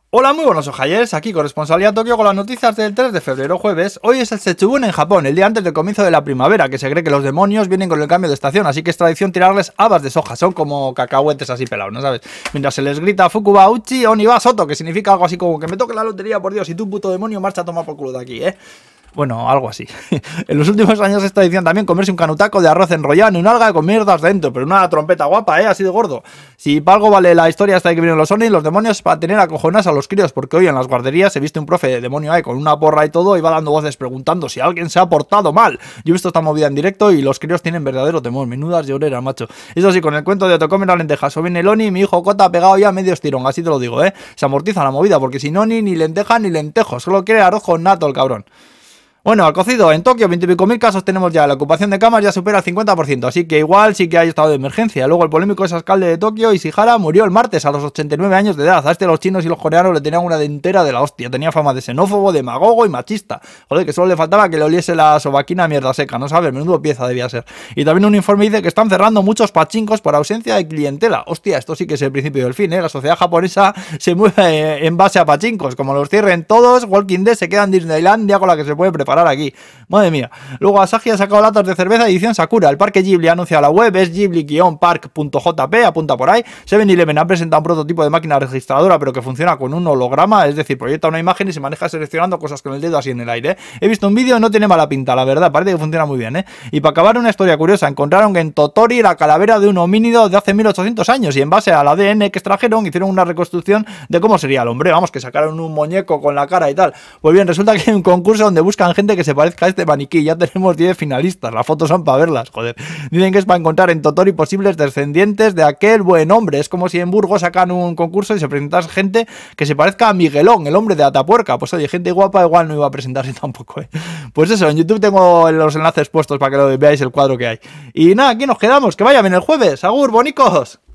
Hola, muy buenos ojayers, aquí corresponsalía Tokio con las noticias del 3 de febrero jueves. Hoy es el Setsubun en Japón, el día antes del comienzo de la primavera, que se cree que los demonios vienen con el cambio de estación, así que es tradición tirarles habas de soja, son como cacahuetes así pelados, ¿no sabes? Mientras se les grita Fukuba Uchi Oniba Soto, que significa algo así como que me toque la lotería, por Dios, y tú puto demonio marcha a tomar por culo de aquí, ¿eh? Bueno, algo así. En los últimos años esta edición también comerse un canutaco de arroz enrollado en un alga con mierdas dentro, pero una trompeta guapa, así de gordo. Si para algo vale la historia hasta que vienen los Oni, los demonios para tener acojonados a los críos, porque hoy en las guarderías se viste un profe de demonio con una porra y todo y va dando voces preguntando si alguien se ha portado mal. Yo he visto esta movida en directo y los críos tienen verdadero temor, menudas lloreras, macho. Eso sí, con el cuento de te comen las lentejas o viene el Oni, mi hijo Cota ha pegado ya medio estirón, así te lo digo, Se amortiza la movida, porque sin Oni ni lenteja ni lentejo, solo quiere arroz con nato el cabrón. Bueno, al cocido, en Tokio 20 y pico mil casos tenemos ya, la ocupación de camas ya supera el 50%, así que igual sí que hay estado de emergencia. Luego el polémico ex alcalde de Tokio, Ishihara, murió el martes a los 89 años de edad. A los chinos y los coreanos le tenían una dentera de la hostia, tenía fama de xenófobo, demagogo y machista. Joder, que solo le faltaba que le oliese la sobaquina a mierda seca, no sabes, menudo pieza debía ser. Y también un informe dice que están cerrando muchos pachincos por ausencia de clientela. Hostia, esto sí que es el principio del fin, La sociedad japonesa se mueve en base a pachincos, como los cierren todos, Walking Dead se queda en Disneylandia con la que se puede preparar aquí. Madre mía. Luego Asahi ha sacado latas de cerveza edición Sakura. El parque Ghibli ha anunciado la web, es ghibli-park.jp, apunta por ahí. 7-Eleven ha presentado un prototipo de máquina registradora, pero que funciona con un holograma, es decir, proyecta una imagen y se maneja seleccionando cosas con el dedo así en el aire. He visto un vídeo y no tiene mala pinta, la verdad, parece que funciona muy bien, Y para acabar una historia curiosa, encontraron en Totori la calavera de un homínido de hace 1800 años y en base al ADN que extrajeron hicieron una reconstrucción de cómo sería el hombre, vamos, que sacaron un muñeco con la cara y tal. Pues bien, resulta que hay un concurso donde buscan gente que se parezca a este maniquí, ya tenemos 10 finalistas, las fotos son para verlas, joder. Dicen que es para encontrar en Totori posibles descendientes de aquel buen hombre, es como si en Burgos sacan un concurso y se presentase gente que se parezca a Miguelón, el hombre de Atapuerca. Pues oye, gente guapa igual no iba a presentarse tampoco, Pues eso, en YouTube tengo los enlaces puestos para que lo veáis el cuadro que hay. Y nada, aquí nos quedamos, que vaya bien el jueves, agur, bonicos.